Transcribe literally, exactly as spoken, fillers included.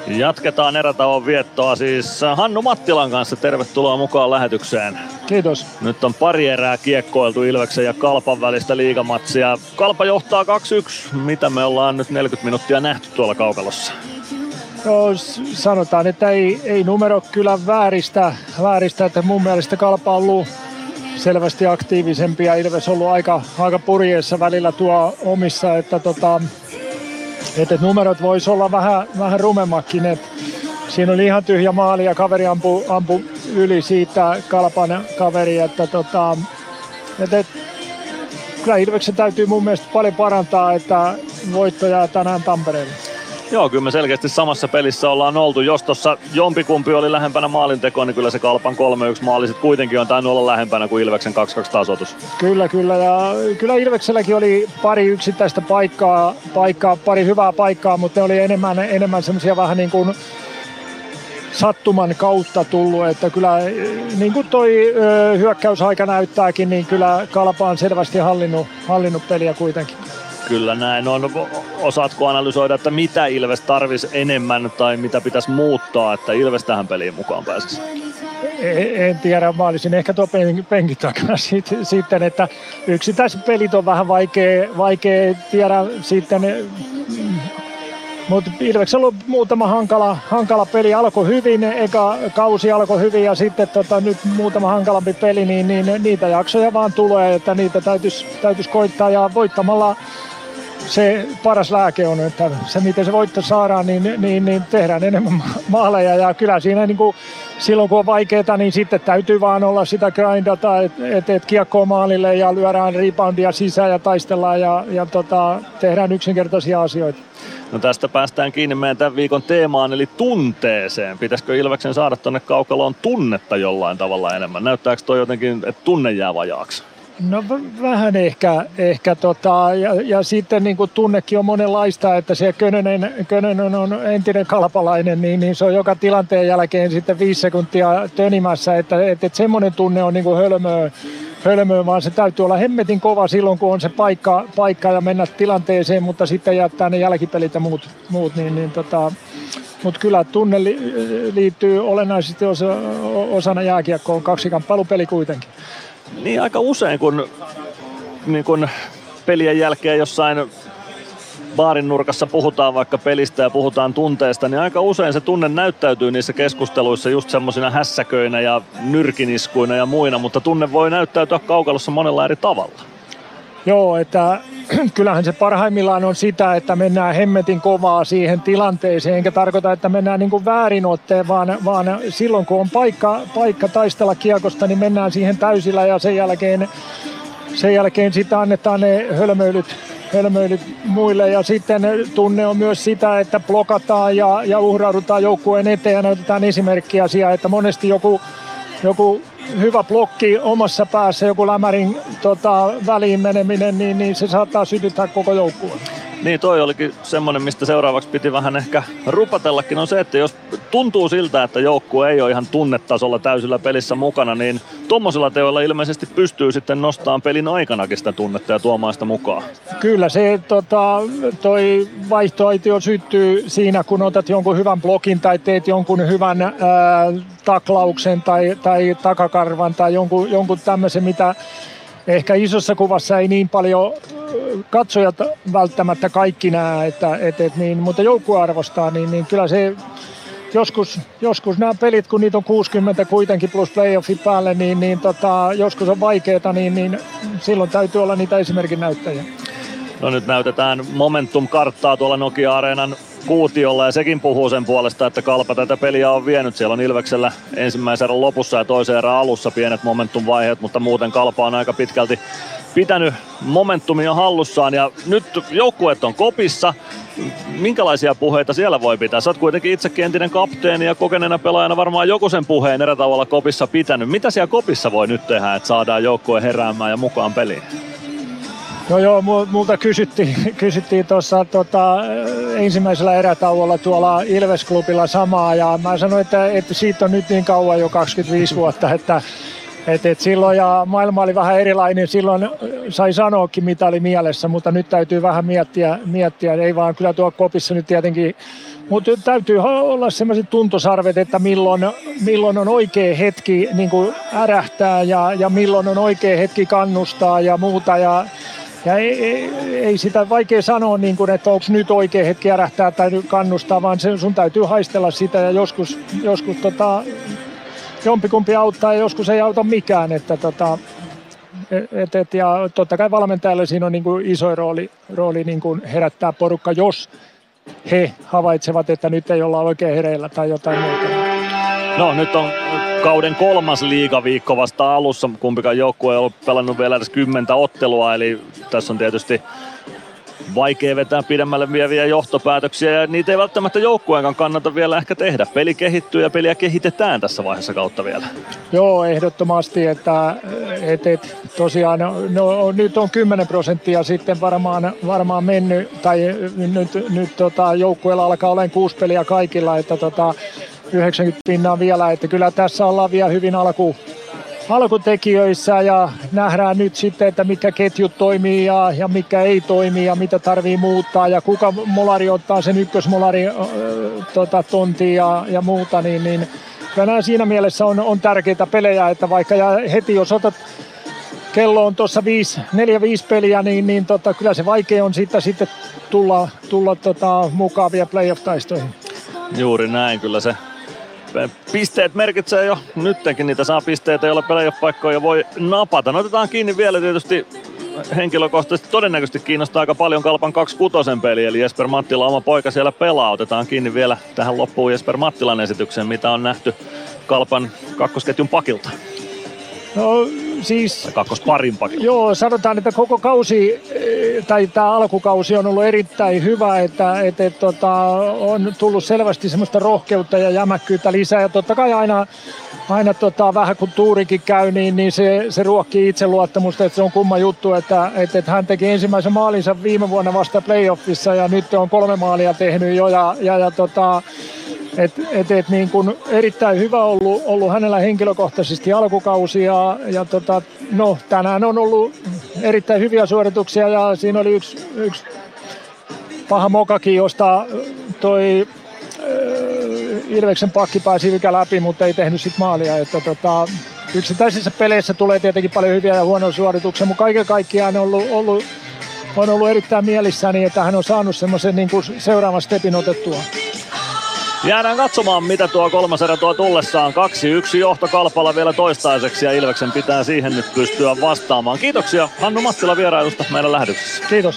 Jatketaan erätauon viettoa siis Hannu Mattilan kanssa. Tervetuloa mukaan lähetykseen. Kiitos. Nyt on pari erää kiekkoiltu Ilveksen ja Kalpan välistä liigamatsia. Kalpa johtaa kaksi yksi. Mitä me ollaan nyt neljäkymmentä minuuttia nähty tuolla kaukalossa? No, sanotaan, että ei, ei numero kyllä vääristä, vääristä, että mun mielestä Kalpa on ollut selvästi aktiivisempi ja Ilves on ollut aika, aika purjeessa välillä tuo omissa, että tota, että numerot vois olla vähän, vähän rumemmakin. Et siinä oli ihan tyhjä maali ja kaveri ampui ampu yli siitä Kalpan kaveri. Että tota, et, et, kyllä Ilveksen täytyy mun mielestä paljon parantaa, että voitto jää tänään Tampereelle. Joo, kyllä me selkeästi samassa pelissä ollaan oltu. Jos tuossa jompikumpi oli lähempänä maalintekoa, niin kyllä se Kalpan kolme yksi maali sit kuitenkin on tainnut olla lähempänä kuin Ilveksen kaksi kaksi tasoitus. Kyllä, kyllä. Ja kyllä Ilvekselläkin oli pari yksittäistä paikkaa, paikkaa pari hyvää paikkaa, mutta ne oli enemmän, enemmän semmoisia vähän niin kuin sattuman kautta tullut, että kyllä niin kuin toi ö, hyökkäysaika näyttääkin, niin kyllä Kalpa on selvästi hallinnut, hallinnut peliä kuitenkin. Kyllä näin on. Osaatko analysoida, että mitä Ilves tarvisi enemmän tai mitä pitäisi muuttaa, että Ilves tähän peliin mukaan pääsisi? En tiedä, mä olisin ehkä tuo penkin takana sitten, että yksittäiset pelit on vähän vaikea, vaikea tiedä sitten, mutta Ilveksellä on muutama hankala, hankala peli, alkoi hyvin, eka kausi alkoi hyvin ja sitten tota, nyt muutama hankalampi peli, niin, niin niitä jaksoja vaan tulee, että niitä täytyisi, täytyisi koittaa ja voittamalla se paras lääke on, että se miten se voitto saadaan, niin, niin, niin tehdään enemmän maaleja ja kyllä siinä niin kuin, silloin kun on vaikeaa, niin sitten täytyy vaan olla sitä grindata, että et, et kiekkoa maalille ja lyödään reboundia sisään ja taistellaan ja, ja tota, tehdään yksinkertaisia asioita. No tästä päästään kiinni meidän tämän viikon teemaan, eli tunteeseen. Pitäisikö Ilveksen saada tuonne kaukaloon tunnetta jollain tavalla enemmän? Näyttääkö toi jotenkin, että tunne jää vajaaksi? No v- vähän ehkä, ehkä tota, ja, ja sitten niin kuin tunnekin on monenlaista, että se Könönen, Könönen on entinen kalpalainen, niin, niin se on joka tilanteen jälkeen sitten viisi sekuntia tönimässä, että, että, että semmoinen tunne on niin kuin hölmöä, hölmöä, vaan se täytyy olla hemmetin kova silloin, kun on se paikka, paikka ja mennä tilanteeseen, mutta sitten jättää ne jälkipelit ja muut, muut niin, niin tota, mutta kyllä tunne li, liittyy olennaisesti osa, osana jääkiekkoon, kaksikamppailupeli kuitenkin. Niin aika usein, kun, niin kun pelien jälkeen jossain baarin nurkassa puhutaan vaikka pelistä ja puhutaan tunteesta, niin aika usein se tunne näyttäytyy niissä keskusteluissa just semmosina hässäköinä ja nyrkiniskuina ja muina, mutta tunne voi näyttäytyä kaukalossa monella eri tavalla. Joo, että kyllähän se parhaimmillaan on sitä, että mennään hemmetin kovaa siihen tilanteeseen, enkä tarkoita, että mennään niin kuin väärinotteen, vaan, vaan silloin kun on paikka, paikka taistella kiekosta, niin mennään siihen täysillä ja sen jälkeen, sen jälkeen sitä annetaan ne hölmöilyt, hölmöilyt muille ja sitten tunne on myös sitä, että blokataan ja, ja uhraudutaan joukkueen eteen ja näytetään esimerkkiä siihen, että monesti joku, joku hyvä blokki omassa päässä, joku lämärin tota, väliin meneminen, niin, niin se saattaa sytyttää koko joukkueen. Niin toi olikin semmoinen, mistä seuraavaksi piti vähän ehkä rupatellakin, on se, että jos tuntuu siltä, että joukkue ei ole ihan tunnetasolla täysillä pelissä mukana, niin tuommoisilla teoilla ilmeisesti pystyy sitten nostamaan pelin aikanakin sitä tunnetta ja tuomaan sitä mukaan. Kyllä se tota, toi vaihtoaitio syttyy siinä, kun otat jonkun hyvän blokin tai teet jonkun hyvän ää, taklauksen tai, tai takakarvan tai jonkun, jonkun tämmöisen, mitä ehkä isossa kuvassa ei niin paljon katsojat välttämättä kaikki näe, että, et, et niin, mutta joukkue arvostaa, niin, niin kyllä se joskus, joskus nämä pelit, kun niitä on kuusikymmentä kuitenkin plus playoffi päälle, niin, niin tota, joskus on vaikeaa, niin, niin silloin täytyy olla niitä esimerkin näyttäjiä. No nyt näytetään Momentum-karttaa tuolla Nokia-areenan kuutiolla ja sekin puhuu sen puolesta, että Kalpa tätä peliä on vienyt. Siellä on Ilveksellä ensimmäisen erän lopussa ja toisen erän alussa pienet Momentum-vaiheet, mutta muuten Kalpa on aika pitkälti pitänyt momentumia hallussaan ja nyt joukkueet on kopissa. Minkälaisia puheita siellä voi pitää? Sä oot kuitenkin itsekin entinen kapteeni ja kokeneena pelaajana varmaan joku sen puheen erätavalla kopissa pitänyt. Mitä siellä kopissa voi nyt tehdä, että saadaan joukkue heräämään ja mukaan peliin? No joo, multa kysyttiin, kysyttiin tuossa tota, ensimmäisellä erätauolla tuolla Ilves-klubilla samaa ja mä sanoin, että, että siitä on nyt niin kauan jo kaksikymmentäviisi vuotta, että et, et silloin ja maailma oli vähän erilainen, silloin sai sanoakin mitä oli mielessä, mutta nyt täytyy vähän miettiä, miettiä. Ei vaan kyllä tuo kopissa nyt tietenkin Mutta täytyy olla sellaiset tuntosarvet, että milloin, milloin on oikea hetki niin kuin ärähtää ja, ja milloin on oikea hetki kannustaa ja muuta. Ja, ja ei, ei, ei sitä vaikea sanoa, niin kuin, että onko nyt oikea hetki ärähtää tai kannustaa, vaan sen, sun täytyy haistella sitä ja joskus, joskus tota, jompikumpi auttaa ja joskus ei auta mikään. Että, tota, et, et, ja totta kai valmentajalla siinä on niin kuin iso rooli, rooli niin kuin herättää porukka, jos he havaitsevat, että nyt ei olla oikein hereillä tai jotain muuta. No nyt on kauden kolmas liigaviikko vasta alussa. Kumpikaan joukkue ei ole pelannut vielä edes kymmentä ottelua, eli tässä on tietysti vaikea vetää pidemmälle vieviä johtopäätöksiä ja niitä ei välttämättä joukkueenkaan kannata vielä ehkä tehdä. Peli kehittyy ja peliä kehitetään tässä vaiheessa kautta vielä. Joo, ehdottomasti, että et, et, tosiaan no, nyt on kymmenen prosenttia sitten varmaan, varmaan mennyt, tai nyt, nyt tota, joukkueella alkaa olemaan kuusi peliä kaikilla, että tota, yhdeksänkymmentä pinnaa vielä, että kyllä tässä ollaan vielä hyvin alku, alkutekijöissä ja nähdään nyt sitten, että mitkä ketjut toimii ja, ja mikä ei toimi ja mitä tarvii muuttaa ja kuka molari ottaa sen ykkösmolari äh, tota, tontiin ja, ja muuta, niin, niin kyllä siinä mielessä on, on tärkeitä pelejä, että vaikka ja heti jos otat kello on tuossa neljä viisi peliä, niin, niin tota, kyllä se vaikea on siitä sitten tulla, tulla tota, mukaan vielä playoff-taistoihin. Juuri näin, kyllä se pisteet merkitsee jo nyttenkin, niitä saa pisteitä, joilla playoff-paikkoja voi napata. No otetaan kiinni vielä tietysti henkilökohtaisesti todennäköisesti kiinnostaa aika paljon Kalpan kaksi kuusi peli, eli Jesper Mattila, oma poika siellä pelaa. Otetaan kiinni vielä tähän loppuun Jesper Mattilan esitykseen, mitä on nähty Kalpan kakkosketjun pakilta. No siis... Kakkosparin pakilta. Joo, sanotaan, että koko kausi, tai tämä alkukausi on ollut erittäin hyvä, että et, et, tota, on tullut selvästi semmoista rohkeutta ja jämäkkyyttä lisää. Ja totta kai aina, aina tota, vähän kun tuurikin käy, niin, niin se, se ruokkii itseluottamusta, että se on kumma juttu, että et, et hän teki ensimmäisen maalinsa viime vuonna vasta playoffissa ja nyt on kolme maalia tehnyt jo ja, ja, ja tota, Et, et, et niin kun erittäin hyvä ollut, ollut hänellä henkilökohtaisesti alkukausi ja, ja tota, no, tänään on ollut erittäin hyviä suorituksia ja siinä oli yksi, yksi paha mokakin, josta toi äh, Ilveksen pakki pääsi ykä läpi, mutta ei tehnyt sit maalia. Että, tota, yksittäisissä peleissä tulee tietenkin paljon hyviä ja huonoja suorituksia, mutta kaiken kaikkiaan on ollut, ollut, on ollut erittäin mielissäni, että hän on saanut semmoisen niin kuin seuraavan stepin otettua. Jäädään katsomaan, mitä tuo kolmas erä tuo tullessaan. kaksi yksi johto Kalpalla vielä toistaiseksi ja Ilveksen pitää siihen nyt pystyä vastaamaan. Kiitoksia Hannu Mattila vierailusta meidän lähetyksessä. Kiitos.